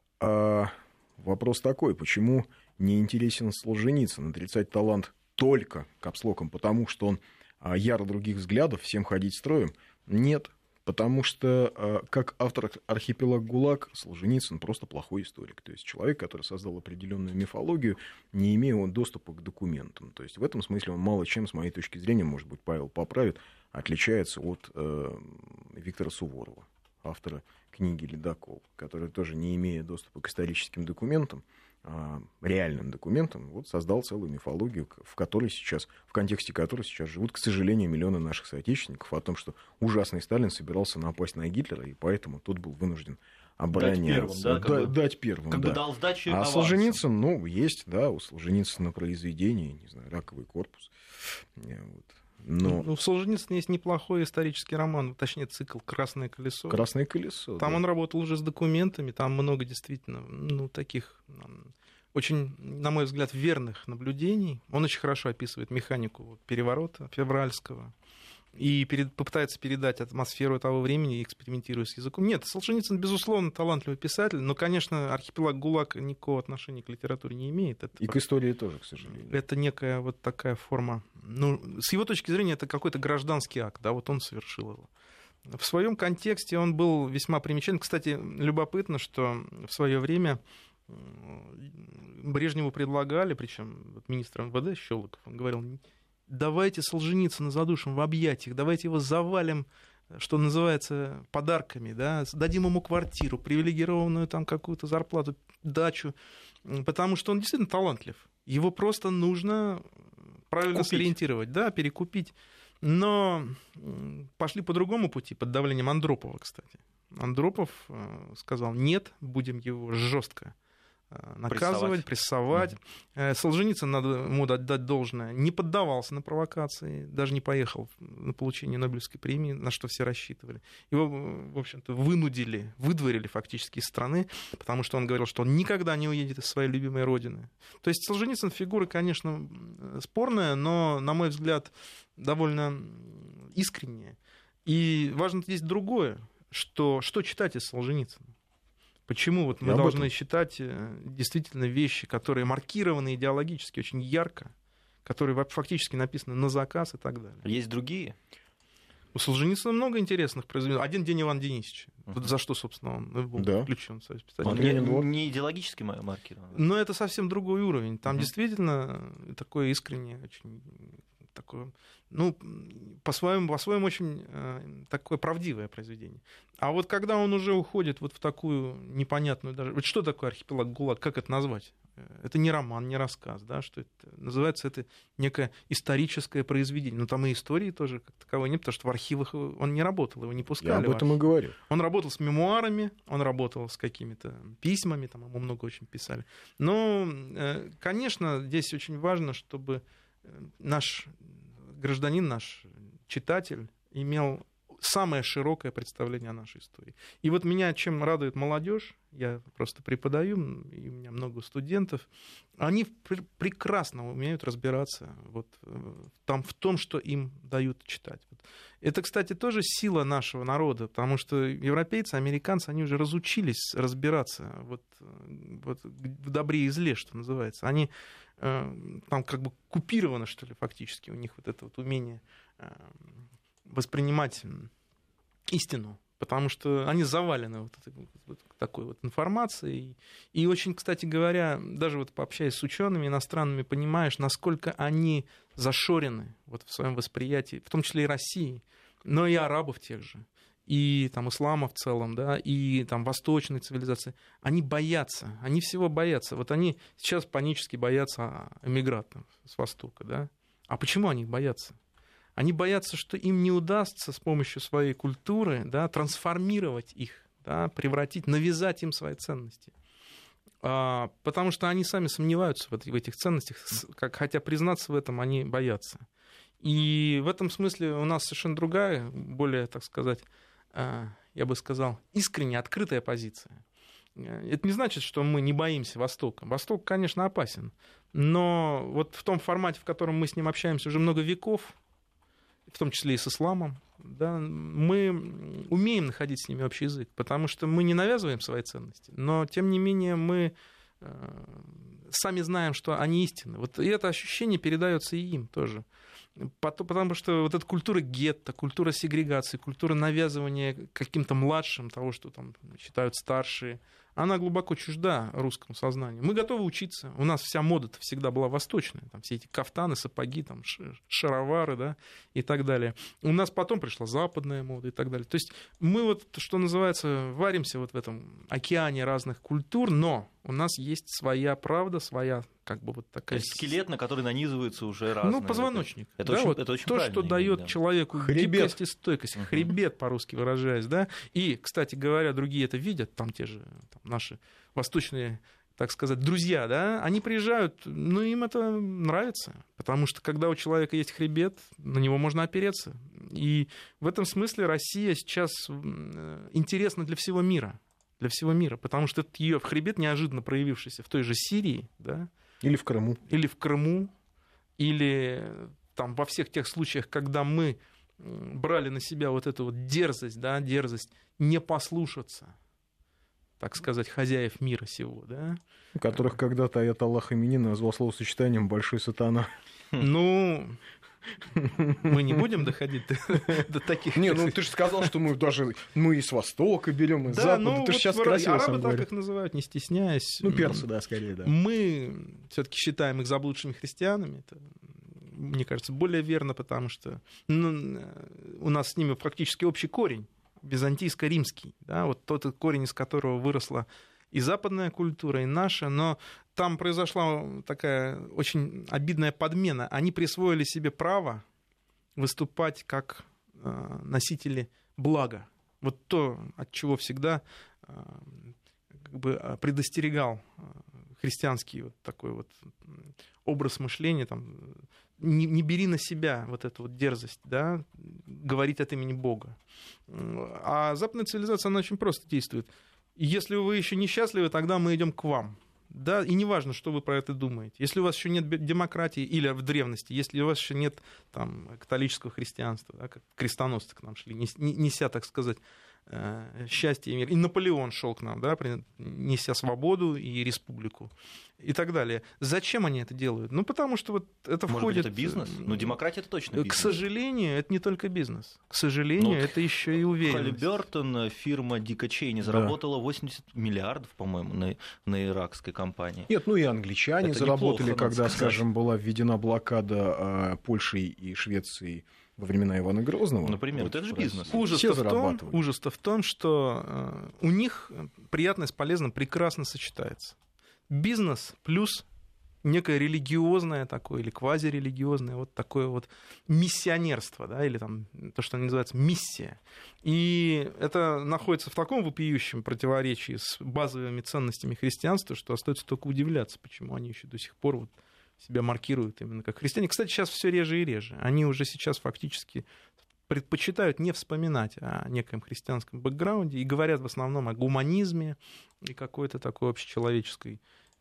А, вопрос такой, почему не интересен Солженицын? Отрицать талант только капслоком, потому что он а, яро других взглядов, всем ходить строем? Нет. Потому что, как автор «Архипелаг ГУЛАГ», Солженицын просто плохой историк. То есть человек, который создал определенную мифологию, не имея доступа к документам. То есть в этом смысле он мало чем, с моей точки зрения, может быть, Павел поправит, отличается от э, Виктора Суворова, автора книги «Ледокол», который тоже, не имея доступа к историческим документам, реальным документам, вот создал целую мифологию, в которой сейчас, в контексте которой сейчас живут, к сожалению, миллионы наших соотечественников, о том, что ужасный Сталин собирался напасть на Гитлера, и поэтому тот был вынужден обороняться. Дать первым, да? Как да, бы, дать первым, как да. бы дал сдачу а Солженицын, ну, есть, да, у Солженицына произведение, не знаю, «Раковый корпус». Вот. Но... Ну, в Солженицыне есть неплохой исторический роман, точнее, цикл «Красное колесо». «Красное колесо», Там да. он работал уже с документами, там много действительно, ну, таких очень, на мой взгляд, верных наблюдений. Он очень хорошо описывает механику переворота февральского и перед, попытается передать атмосферу того времени, экспериментируя с языком. Нет, Солженицын, безусловно, талантливый писатель, но, конечно, «Архипелаг ГУЛАГ» никакого отношения к литературе не имеет. Это, и к истории тоже, к сожалению. Это некая вот такая форма. Ну, с его точки зрения, это какой-то гражданский акт, да, вот он совершил его. В своем контексте он был весьма примечателен. Кстати, любопытно, что в свое время Брежневу предлагали, причем министр эм вэ дэ Щелоков, он говорил: давайте Солженицына задушим в объятиях, давайте его завалим, что называется, подарками, да, дадим ему квартиру, привилегированную там какую-то зарплату, дачу, потому что он действительно талантлив. Его просто нужно правильно купить. Сориентировать, да, перекупить. Но пошли по другому пути, под давлением Андропова, кстати. Андропов сказал: нет, будем его жестко наказывать, прессовать. Mm-hmm. Солженицын, надо ему дать, дать должное, не поддавался на провокации, даже не поехал на получение Нобелевской премии, на что все рассчитывали. Его, в общем-то, вынудили, выдворили фактически из страны, потому что он говорил, что он никогда не уедет из своей любимой родины. То есть Солженицын фигура, конечно, спорная, но, на мой взгляд, довольно искренняя. И важно здесь другое, что, что читать из Солженицына. Почему вот мы должны считать действительно вещи, которые маркированы идеологически очень ярко, которые фактически написаны на заказ и так далее. Есть другие? У Солженицына много интересных произведений. «Один день Ивана Денисовича». Uh-huh. За что, собственно, он был да. включен в Союз писателей. Он не, не идеологически маркирован. Но это совсем другой уровень. Там uh-huh. действительно такое искреннее, очень такое, ну, по-своему, по-своему очень э, такое правдивое произведение. А вот когда он уже уходит вот в такую непонятную даже... Вот что такое архипелаг ГУЛАГ, как это назвать? Это не роман, не рассказ, да, что это называется, это некое историческое произведение. Но там и истории тоже как таковой нет, потому что в архивах он не работал, его не пускали. Я об этом и говорю. Он работал с мемуарами, он работал с какими-то письмами, там ему много очень писали. Но, конечно, здесь очень важно, чтобы наш гражданин, наш читатель имел самое широкое представление о нашей истории. И вот меня чем радует молодежь, я просто преподаю, и у меня много студентов, они пр- прекрасно умеют разбираться вот, там, в том, что им дают читать. Вот. Это, кстати, тоже сила нашего народа, потому что европейцы, американцы, они уже разучились разбираться вот, вот, в добре и зле, что называется. Они э, там как бы купированы, что ли, фактически, у них вот это вот умение э, воспринимать истину, потому что они завалены вот, этой, вот такой вот информацией. И очень, кстати говоря, даже вот пообщаясь с учеными иностранными, понимаешь, насколько они зашорены вот в своем восприятии, в том числе и России, но и арабов тех же, и там ислама в целом, да, и там восточной цивилизации. Они боятся, они всего боятся. Вот они сейчас панически боятся эмигрантов с Востока, да. А почему они боятся? Они боятся, что им не удастся с помощью своей культуры, да, трансформировать их, да, превратить, навязать им свои ценности. А, потому что они сами сомневаются в, в этих ценностях, как, хотя признаться в этом они боятся. И в этом смысле у нас совершенно другая, более, так сказать, я бы сказал, искренне открытая позиция. Это не значит, что мы не боимся Востока. Восток, конечно, опасен. Но вот в том формате, в котором мы с ним общаемся уже много веков, в том числе и с исламом, да, мы умеем находить с ними общий язык, потому что мы не навязываем свои ценности, но, тем не менее, мы э, сами знаем, что они истинны. Вот и это ощущение передается и им тоже. Потому что вот эта культура гетто, культура сегрегации, культура навязывания каким-то младшим того, что там считают старшие, она глубоко чужда русскому сознанию. Мы готовы учиться. У нас вся мода-то всегда была восточная. Там все эти кафтаны, сапоги, там, шаровары, да, и так далее. У нас потом пришла западная мода и так далее. То есть мы вот, что называется, варимся вот в этом океане разных культур, но у нас есть своя правда, своя как бы вот такая... То есть скелет, на который нанизываются уже разные... Ну, позвоночник. Это, да, очень, вот это очень то, что дает да. человеку хребет. Гибкость и стойкость. Uh-huh. Хребет, по-русски выражаясь, да. И, кстати говоря, другие это видят, там те же там, наши восточные, так сказать, друзья, да, они приезжают, ну, им это нравится, потому что когда у человека есть хребет, на него можно опереться. И в этом смысле Россия сейчас интересна для всего мира. Для всего мира, потому что это ее хребет, неожиданно проявившийся в той же Сирии, да, или в Крыму. Или в Крыму, или там, во всех тех случаях, когда мы брали на себя вот эту вот дерзость, да, дерзость не послушаться, так сказать, хозяев мира сего, да. Которых когда-то аят Аллах Хаминеи назвал словосочетанием «большой сатана». Ну, мы не будем доходить до, до таких... Не, ну ты же сказал, что мы даже мы и с Востока берем, и с да, Запада. Ну, ты вот же сейчас красиво арабы сам так говоришь. их называют, не стесняясь. Ну, персы, да, скорее, да. Мы все-таки считаем их заблудшими христианами. Это, мне кажется, более верно, потому что ну, у нас с ними практически общий корень, византийско-римский, да, вот тот корень, из которого выросла и западная культура, и наша, но там произошла такая очень обидная подмена. Они присвоили себе право выступать как э, носители блага. Вот то, от чего всегда э, как бы предостерегал христианский вот такой вот образ мышления, там, не, не бери на себя вот эту вот дерзость, да, говорить от имени Бога. А западная цивилизация, она очень просто действует. Если вы еще несчастливы, тогда мы идем к вам. Да, и неважно, что вы про это думаете. Если у вас еще нет демократии, или в древности, если у вас еще нет там, католического христианства, да, как крестоносцы к нам шли, неся, так сказать, счастье и мир. И Наполеон шел к нам, да, неся свободу и республику. и так далее. Зачем они это делают? Ну, потому что вот это Может входит... быть, это бизнес? Но демократия — это точно бизнес. К сожалению, это не только бизнес. К сожалению, ну, это еще и уверенность. Халибертон, фирма Дика Чейни, заработала восемьдесят миллиардов, по-моему, на, на иракской компании. Нет, ну и англичане это заработали, неплохо, когда, сказать. скажем, была введена блокада э, Польшей и Швеции во времена Ивана Грозного. Например, вот это же бизнес. Ужас-то в, том, ужас-то в том, что э, у них приятное с полезным прекрасно сочетается. Бизнес плюс некое религиозное такое или квазирелигиозное вот такое вот миссионерство, да, или там то, что называется миссия. И это находится в таком вопиющем противоречии с базовыми ценностями христианства, что остается только удивляться, почему они еще до сих пор вот себя маркируют именно как христиане. Кстати, сейчас все реже и реже. Они уже сейчас фактически предпочитают не вспоминать о неком христианском бэкграунде и говорят в основном о гуманизме и какой-то такой общечеловеческой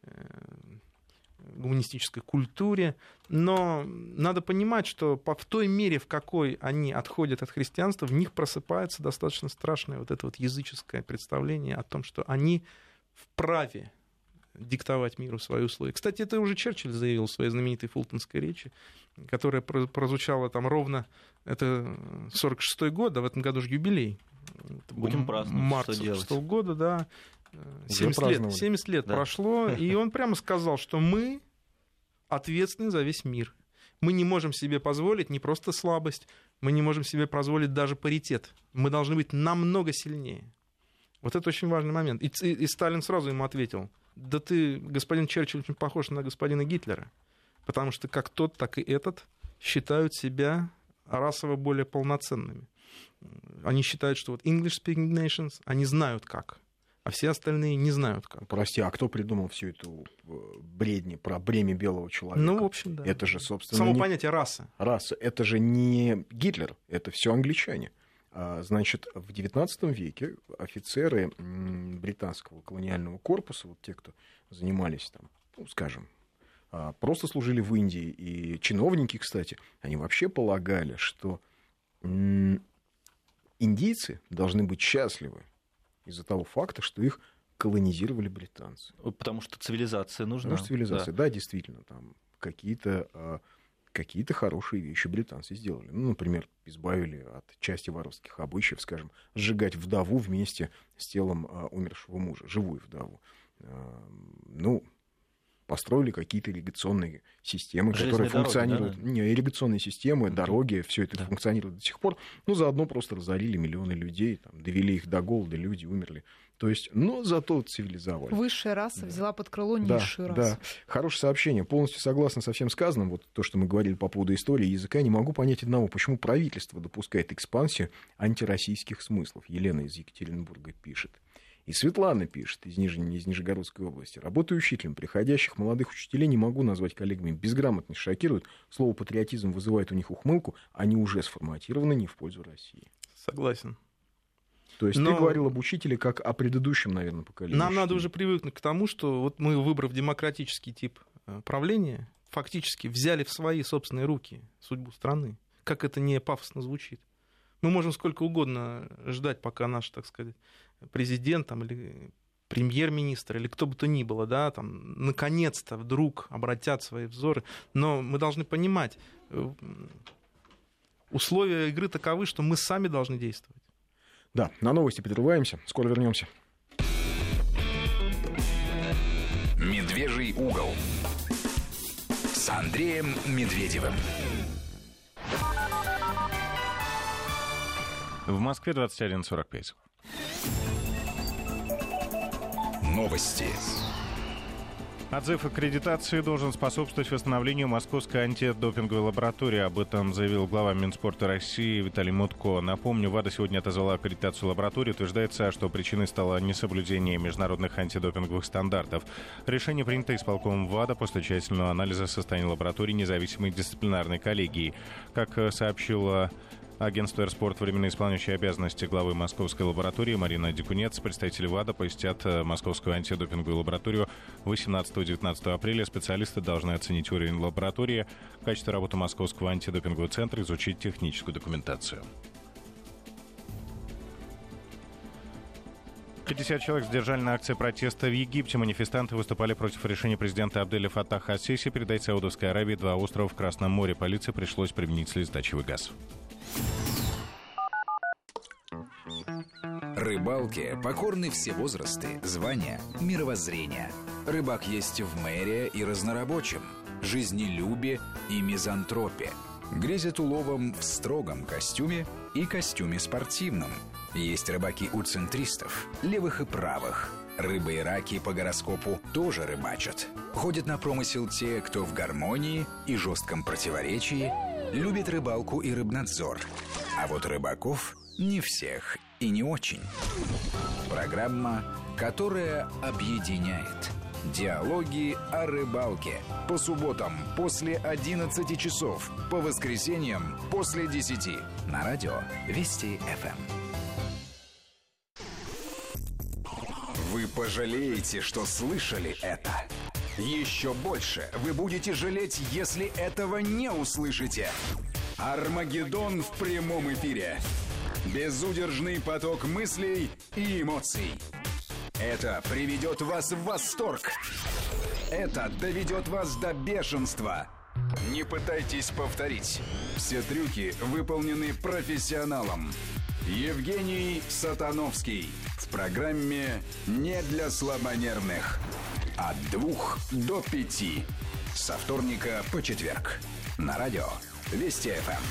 гуманистической культуре. Но надо понимать, что в той мере, в какой они отходят от христианства, в них просыпается достаточно страшное вот это вот языческое представление о том, что они вправе диктовать миру свои условия. Кстати, это уже Черчилль заявил в своей знаменитой фултонской речи, которая прозвучала там ровно, это сорок шестой год, а в этом году же юбилей. Будем праздновать, март что делать. сорок шестого года, да. семьдесят лет, семьдесят лет да. прошло, и он прямо сказал, что мы ответственны за весь мир. Мы не можем себе позволить не просто слабость, мы не можем себе позволить даже паритет. Мы должны быть намного сильнее. Вот это очень важный момент. И, и, и Сталин сразу ему ответил: да ты, господин Черчилль, очень похож на господина Гитлера, потому что как тот, так и этот считают себя расово более полноценными. Они считают, что вот English-speaking nations, они знают как, а все остальные не знают как. Прости, а кто придумал всю эту бредни про бремя белого человека? Ну, в общем, да. Это же, собственно... Само не... понятие раса. Раса. Это же не Гитлер, это все англичане. Значит, в девятнадцатом веке офицеры британского колониального корпуса, вот те, кто занимались там, ну, скажем, просто служили в Индии, и чиновники, кстати, они вообще полагали, что индийцы должны быть счастливы из-за того факта, что их колонизировали британцы. Потому что цивилизация нужна. Потому что цивилизация, да, да действительно, там какие-то... какие-то хорошие вещи британцы сделали. Ну, например, избавили от части воровских обычаев, скажем, сжигать вдову вместе с телом а, умершего мужа, живую вдову. А, ну, построили какие-то ирригационные системы, Железные которые функционируют. Дороги, да? Не, ирригационные системы, дороги, все это да. функционирует до сих пор. Ну, заодно просто разорили миллионы людей, там, довели их до голода, люди умерли. То есть, но зато цивилизовали. Высшая раса да. взяла под крыло низшую да, расу. Да, хорошее сообщение. Полностью согласна со всем сказанным. Вот то, что мы говорили по поводу истории языка, не могу понять одного. Почему правительство допускает экспансию антироссийских смыслов? Елена из Екатеринбурга пишет. И Светлана пишет из, Ниж... из Нижегородской области. Работаю учителем. Приходящих молодых учителей не могу назвать коллегами. Безграмотность шокирует. Слово патриотизм вызывает у них ухмылку. Они уже сформатированы не в пользу России. Согласен. То есть Но... ты говорил об учителе как о предыдущем, наверное, поколении. Нам надо уже привыкнуть к тому, что вот мы, выбрав демократический тип правления, фактически взяли в свои собственные руки судьбу страны. Как это не пафосно звучит. Мы можем сколько угодно ждать, пока наш, так сказать, президент там, или премьер-министр, или кто бы то ни было, да, там, наконец-то вдруг обратят свои взоры. Но мы должны понимать, условия игры таковы, что мы сами должны действовать. Да, на новости прерываемся. Скоро вернемся. Медвежий угол с Андреем Медведевым. В Москве двадцать один сорок пять. Новости. Отзыв аккредитации должен способствовать восстановлению Московской антидопинговой лаборатории. Об этом заявил глава Минспорта России Виталий Мутко. Напомню, ВАДА сегодня отозвала аккредитацию лаборатории. Утверждается, что причиной стало несоблюдение международных антидопинговых стандартов. Решение принято исполкомом ВАДА после тщательного анализа состояния лаборатории независимой дисциплинарной коллегии. Как сообщила агентство «Эрспорт», временно исполняющее обязанности главы Московской лаборатории Марина Дикунец, представители ВАДА посетят Московскую антидопинговую лабораторию восемнадцатого-девятнадцатого апреля. Специалисты должны оценить уровень лаборатории, качество работы Московского антидопингового центра, изучить техническую документацию. пятьдесят человек задержали на акции протеста в Египте. Манифестанты выступали против решения президента Абделя Фаттаха ас-Сиси передать Саудовской Аравии два острова в Красном море. Полиции пришлось применить слезоточивый газ. Рыбалке покорны все возрасты, звания, мировоззрения. Рыбак есть в мэре и разнорабочем, жизнелюбе и мизантропе. Грезят уловом в строгом костюме и костюме спортивном. Есть рыбаки у центристов, левых и правых. Рыбы и раки по гороскопу тоже рыбачат. Ходят на промысел те, кто в гармонии и жестком противоречии, любит рыбалку и рыбнадзор. А вот рыбаков не всех и не очень. Программа, которая объединяет. Диалоги о рыбалке. По субботам после одиннадцати часов. По воскресеньям после десяти. На радио Вести эф эм. Вы пожалеете, что слышали это. Еще больше вы будете жалеть, если этого не услышите. Армагеддон в прямом эфире. Безудержный поток мыслей и эмоций. Это приведет вас в восторг. Это доведет вас до бешенства. Не пытайтесь повторить. Все трюки выполнены профессионалом. Евгений Сатановский. В программе «Не для слабонервных». От двух до пяти. Со вторника по четверг. На радио Вести эф эм.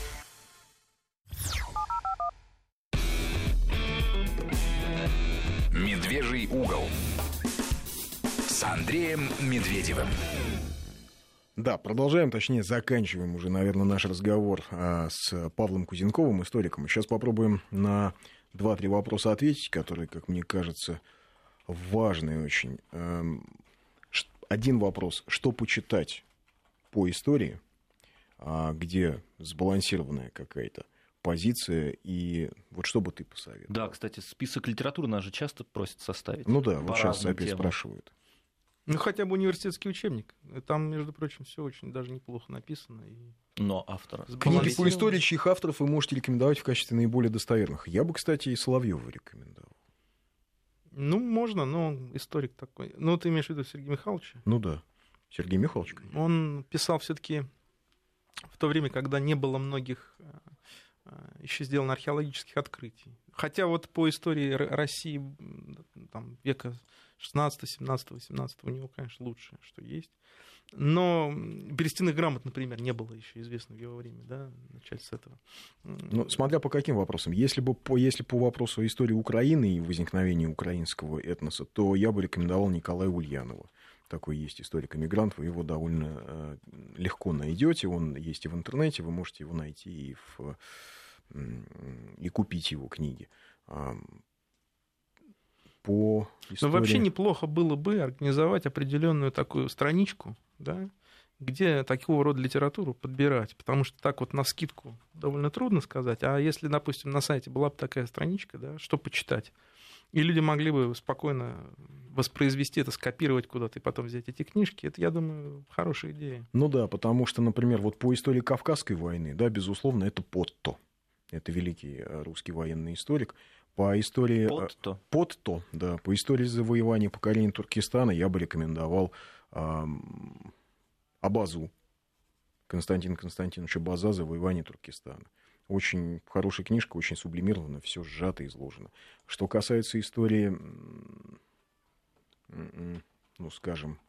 «Медвежий угол» с Андреем Медведевым. Да, продолжаем, точнее, заканчиваем уже, наверное, наш разговор а, с Павлом Кузенковым, историком. Сейчас попробуем на два-три вопроса ответить, которые, как мне кажется, важные очень. Один вопрос. Что почитать по истории, где сбалансированная какая-то позиция, и вот что бы ты посоветовал? Да, кстати, список литературы нас же часто просят составить. Ну да, вот сейчас опять темам. спрашивают. Ну, хотя бы университетский учебник. Там, между прочим, все очень даже неплохо написано. И... Но автора. Книги по истории, чьих авторов вы можете рекомендовать в качестве наиболее достоверных? Я бы, кстати, и Соловьева рекомендовал. Ну, можно, но историк такой. Ну, ты имеешь в виду Сергея Михайловича? Ну да, Сергей Михайлович. Конечно. Он писал все-таки в то время, когда не было многих еще сделано археологических открытий. Хотя вот по истории России там, века шестнадцатого, семнадцатого, восемнадцатого у него, конечно, лучшее, что есть. Но берестяных грамот, например, не было еще известно в его время, да, начать с этого. Ну, смотря по каким вопросам. Если бы по, если по вопросу истории Украины и возникновения украинского этноса, то я бы рекомендовал Николая Ульянова. Такой есть историк-эмигрант, вы его довольно э, легко найдете, он есть и в интернете, вы можете его найти и, в, э, и купить его книги. По истории... Но вообще неплохо было бы организовать определенную такую страничку, да, где такого рода литературу подбирать, потому что так вот навскидку довольно трудно сказать, а если, допустим, на сайте была бы такая страничка, да, что почитать, и люди могли бы спокойно воспроизвести это, скопировать куда-то и потом взять эти книжки, это, я думаю, хорошая идея. Ну да, потому что, например, вот по истории Кавказской войны, да, безусловно, это Потто, это великий русский военный историк. По истории... Потто. Потто, да. По истории завоевания и покорения Туркестана я бы рекомендовал эм, Абазу. Константин Константинович Абаза «Завоевание Туркестана». Очень хорошая книжка, очень сублимировано, все сжато, изложено. Что касается истории, ну, скажем,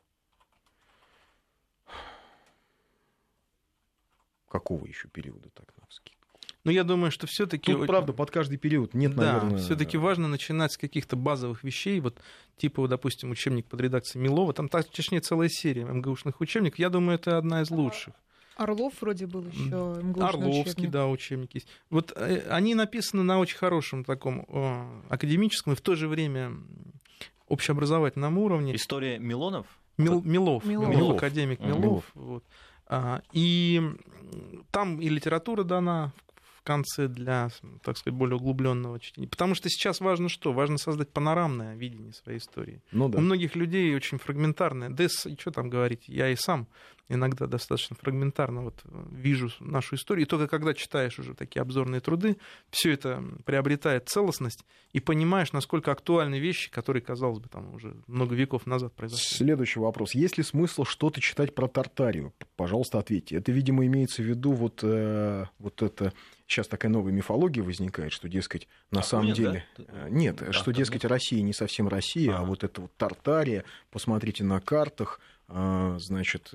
какого еще периода, так навскидку? Ну, я думаю, что все-таки... Тут, правда, под каждый период нет, да, наверное... все-таки важно начинать с каких-то базовых вещей, вот типа, допустим, учебник под редакцией Милова, там, точнее, целая серия МГУшных учебников, я думаю, это одна из лучших. Орлов вроде был еще МГУшный Орловский, учебник. да, учебник есть. Вот э, они написаны на очень хорошем таком э, академическом и в то же время общеобразовательном уровне. История Милонов? Мил, Милов, Милов. Милов, академик Милов. Милов. Вот. А, и там и литература дана в конце для, так сказать, более углубленного чтения. Потому что сейчас важно что? Важно создать панорамное видение своей истории. Ну, да. У многих людей очень фрагментарное. Да и что там говорить, я и сам иногда достаточно фрагментарно вот вижу нашу историю. И только когда читаешь уже такие обзорные труды, все это приобретает целостность и понимаешь, насколько актуальны вещи, которые, казалось бы, там уже много веков назад произошли. Следующий вопрос. Есть ли смысл что-то читать про Тартарию? Пожалуйста, ответьте. Это, видимо, имеется в виду вот, э, вот это... Сейчас такая новая мифология возникает, что, дескать, на а самом нет, деле... Да? Нет, да, что, дескать, нет. Россия не совсем Россия, а, а вот это вот Тартария. Посмотрите на картах, значит,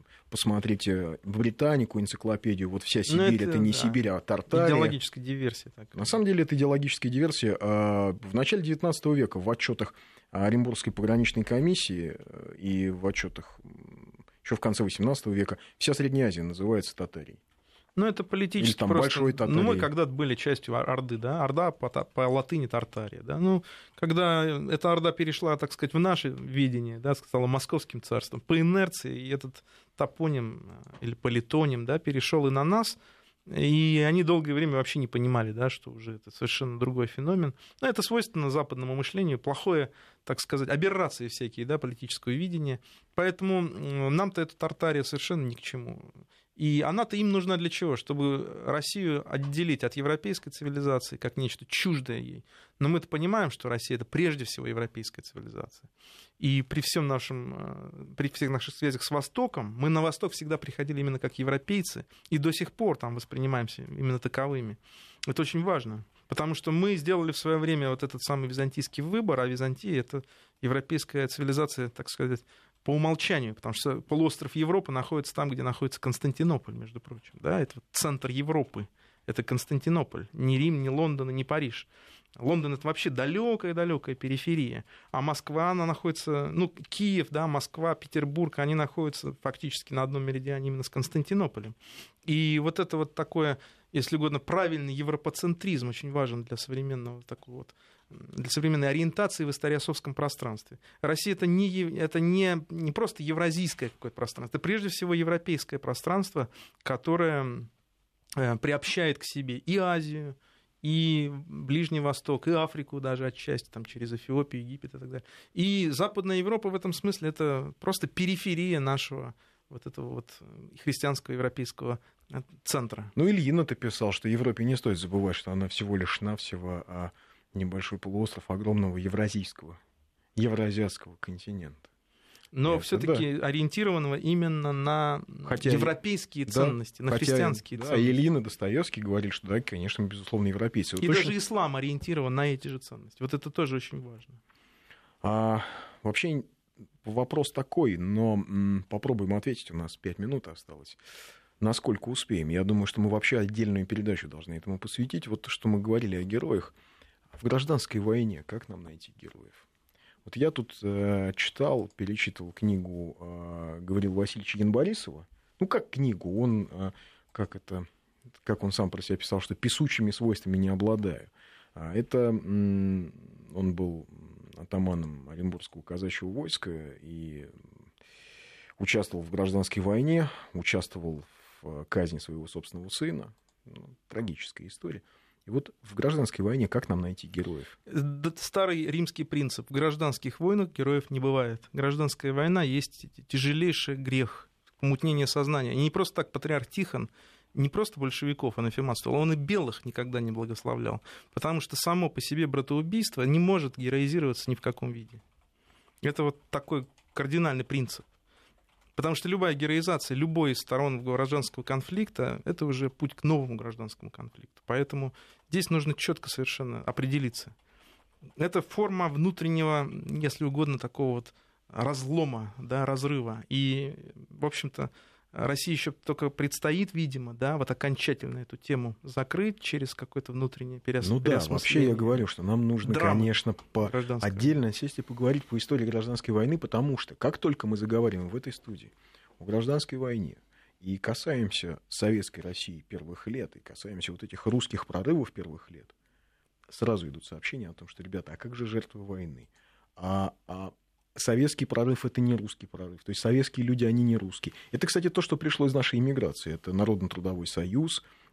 посмотрите Британику, энциклопедию, вот вся Сибирь, это, это не да. Сибирь, а Тартария. Идеологическая диверсия. Так. На самом деле это идеологическая диверсия. В начале девятнадцатого века в отчетах Оренбургской пограничной комиссии и в отчетах еще в конце восемнадцатого века вся Средняя Азия называется Татарией. Ну, это политически Или там просто... Большой Татарии. Ну, мы когда-то были частью Орды, да, Орда по, по латыни Тартария, да, ну, когда эта Орда перешла, так сказать, в наше видение, да, стала Московским царством, по инерции и этот топоним или политоним, да, перешел и на нас, и они долгое время вообще не понимали, да, что уже это совершенно другой феномен. Но это свойственно западному мышлению, плохое, так сказать, аберрации всякие, да, политического видения, поэтому нам-то эта Тартария совершенно ни к чему. И она-то им нужна для чего? Чтобы Россию отделить от европейской цивилизации как нечто чуждое ей. Но мы-то понимаем, что Россия — это прежде всего европейская цивилизация. И при, всем нашем, при всех наших связях с Востоком мы на Восток всегда приходили именно как европейцы, и до сих пор там воспринимаемся именно таковыми. Это очень важно, потому что мы сделали в свое время вот этот самый византийский выбор, а Византия — это европейская цивилизация, так сказать, по умолчанию, потому что полуостров Европы находится там, где находится Константинополь, между прочим. Да? Это вот центр Европы, это Константинополь, ни Рим, ни Лондон, ни Париж. Лондон — это вообще далекая-далекая периферия, а Москва, она находится, ну, Киев, да, Москва, Петербург, они находятся фактически на одном меридиане именно с Константинополем. И вот это вот такое, если угодно, правильный европоцентризм очень важен для современного такого вот, для современной ориентации в историосовском пространстве. Россия — это не, это не, не просто евразийское какое-то пространство, это прежде всего европейское пространство, которое приобщает к себе и Азию, и Ближний Восток, и Африку даже отчасти, там, через Эфиопию, Египет и так далее. И Западная Европа в этом смысле — это просто периферия нашего вот этого вот христианского европейского центра. Ну, Ильин-то писал, что Европе не стоит забывать, что она всего лишь навсего небольшой полуостров огромного евразийского, евразиатского континента. Но все-таки да. ориентированного именно на хотя, европейские ценности, да, на христианские да, ценности. Да, Ильин и Достоевский говорили, что да, конечно, безусловно, европейцы. И вот даже точно... ислам ориентирован на эти же ценности. Вот это тоже очень важно. А, вообще вопрос такой, но м, попробуем ответить. У нас пять минут осталось. Насколько успеем? Я думаю, что мы вообще отдельную передачу должны этому посвятить. Вот то, что мы говорили о героях. В гражданской войне как нам найти героев? Вот я тут э, читал, перечитывал книгу э, Гаврила Васильевича Янборисова. Ну, как книгу, он, э, как это, как он сам про себя писал, что писучими свойствами не обладаю. А это м, он был атаманом Оренбургского казачьего войска и участвовал в гражданской войне, участвовал в казни своего собственного сына. Ну, трагическая история. И вот в гражданской войне как нам найти героев? Старый римский принцип. В гражданских войнах героев не бывает. Гражданская война есть тяжелейший грех, помутнение сознания. И не просто так патриарх Тихон не просто большевиков анафематствовал, он и белых никогда не благословлял. Потому что само по себе братоубийство не может героизироваться ни в каком виде. Это вот такой кардинальный принцип. Потому что любая героизация любой из сторон гражданского конфликта — это уже путь к новому гражданскому конфликту. Поэтому здесь нужно четко совершенно определиться. Это форма внутреннего, если угодно, такого вот разлома, да, разрыва. И, в общем-то, России еще только предстоит, видимо, да, вот окончательно эту тему закрыть через какое-то внутреннее переосмысление. Ну да, вообще я говорю, что нам нужно, Драма конечно, по... отдельно сесть и поговорить по истории гражданской войны, потому что как только мы заговариваем в этой студии о гражданской войне и касаемся советской России первых лет, и касаемся вот этих русских прорывов первых лет, сразу идут сообщения о том, что, ребята, а как же жертвы войны? А... а... Советский прорыв — это не русский прорыв. То есть советские люди, они не русские. Это, кстати, то, что пришло из нашей иммиграции. Это Народно-трудовой союз,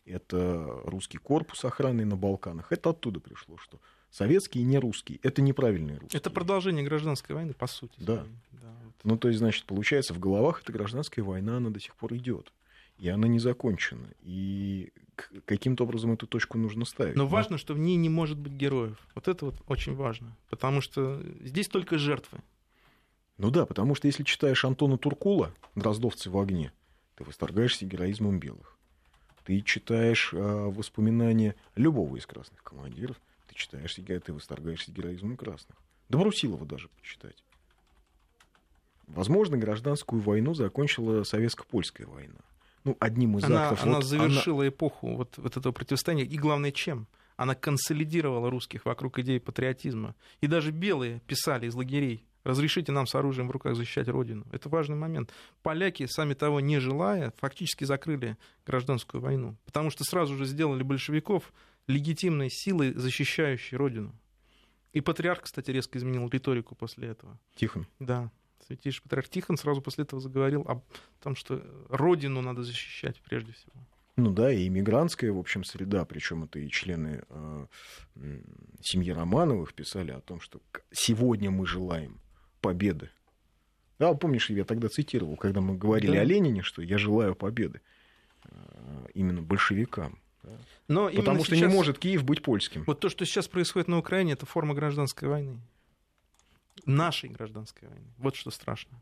это русский корпус охраны на Балканах. Это оттуда пришло, что советские и не русские. Это неправильные русские. Это продолжение гражданской войны, по сути. Да. да вот. Ну, то есть, значит, получается, в головах эта гражданская война, она до сих пор идет. И она не закончена. И каким-то образом эту точку нужно ставить. Но важно, что в ней не может быть героев. Вот это вот очень важно. Потому что здесь только жертвы. Ну да, потому что если читаешь Антона Туркула «Дроздовцы в огне», ты восторгаешься героизмом белых. Ты читаешь э, воспоминания любого из красных командиров, ты читаешь, ты восторгаешься героизмом красных. Да Брусилова даже почитать. Возможно, гражданскую войну закончила советско-польская война. Ну, одним из она, актов... Она вот завершила она... эпоху вот, вот этого противостояния. И главное, чем? Она консолидировала русских вокруг идеи патриотизма. И даже белые писали из лагерей: разрешите нам с оружием в руках защищать Родину. Это важный момент. Поляки, сами того не желая, фактически закрыли гражданскую войну. Потому что сразу же сделали большевиков легитимной силой, защищающей Родину. И патриарх, кстати, резко изменил риторику после этого. Тихон. Да. Святейший патриарх Тихон сразу после этого заговорил о том, что Родину надо защищать прежде всего. Ну да, и иммигрантская, в общем, среда, причем это и члены э, семьи Романовых писали о том, что сегодня мы желаем победы. Да, помнишь, я тогда цитировал, когда мы говорили да. о Ленине, что я желаю победы э, именно большевикам. Да? Но потому что сейчас... не может Киев быть польским. Вот то, что сейчас происходит на Украине, это форма гражданской войны. Нашей гражданской войны. Вот что страшно.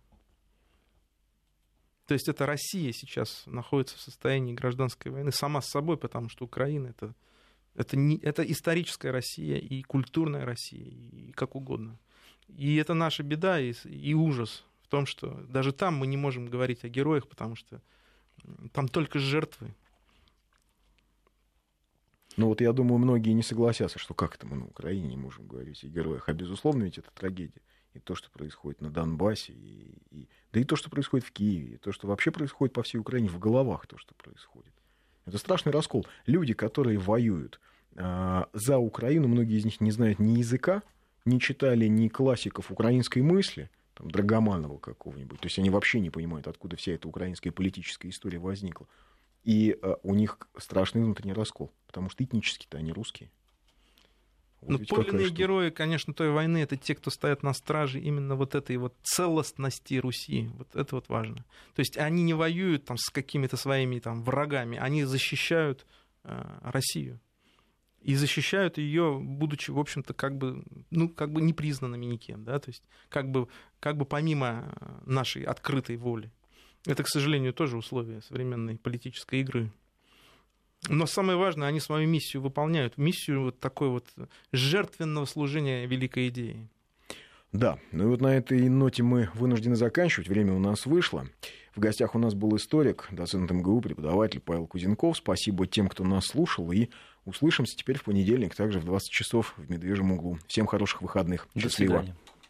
То есть это Россия сейчас находится в состоянии гражданской войны сама с собой, потому что Украина это, это, не, это историческая Россия и культурная Россия, и как угодно. И это наша беда и, и ужас в том, что даже там мы не можем говорить о героях, потому что там только жертвы. Ну вот я думаю, многие не согласятся, что как это мы на Украине не можем говорить о героях. А безусловно, ведь это трагедия. И то, что происходит на Донбассе, и, и, да и то, что происходит в Киеве, и то, что вообще происходит по всей Украине, в головах то, что происходит. Это страшный раскол. Люди, которые воюют а, за Украину, многие из них не знают ни языка, не читали ни классиков украинской мысли, там, Драгоманова какого-нибудь. То есть они вообще не понимают, откуда вся эта украинская политическая история возникла. И а, у них страшный внутренний раскол, потому что этнически-то они русские. Вот ну, подлинные герои, конечно, той войны, это те, кто стоят на страже именно вот этой вот целостности Руси. Вот это вот важно. То есть они не воюют там с какими-то своими там врагами, они защищают э, Россию. И защищают ее, будучи, в общем-то, как бы, ну, как бы непризнанными никем, да, то есть как бы, как бы помимо нашей открытой воли. Это, к сожалению, тоже условия современной политической игры. Но самое важное, они свою миссию выполняют. Миссию вот такой вот жертвенного служения великой идеи. Да, ну и вот на этой ноте мы вынуждены заканчивать. Время у нас вышло. В гостях у нас был историк, доцент эм гэ у, преподаватель Павел Кузенков. Спасибо тем, кто нас слушал. И услышимся теперь в понедельник, также в двадцать часов в «Медвежьем углу». Всем хороших выходных. До Счастливо. свидания.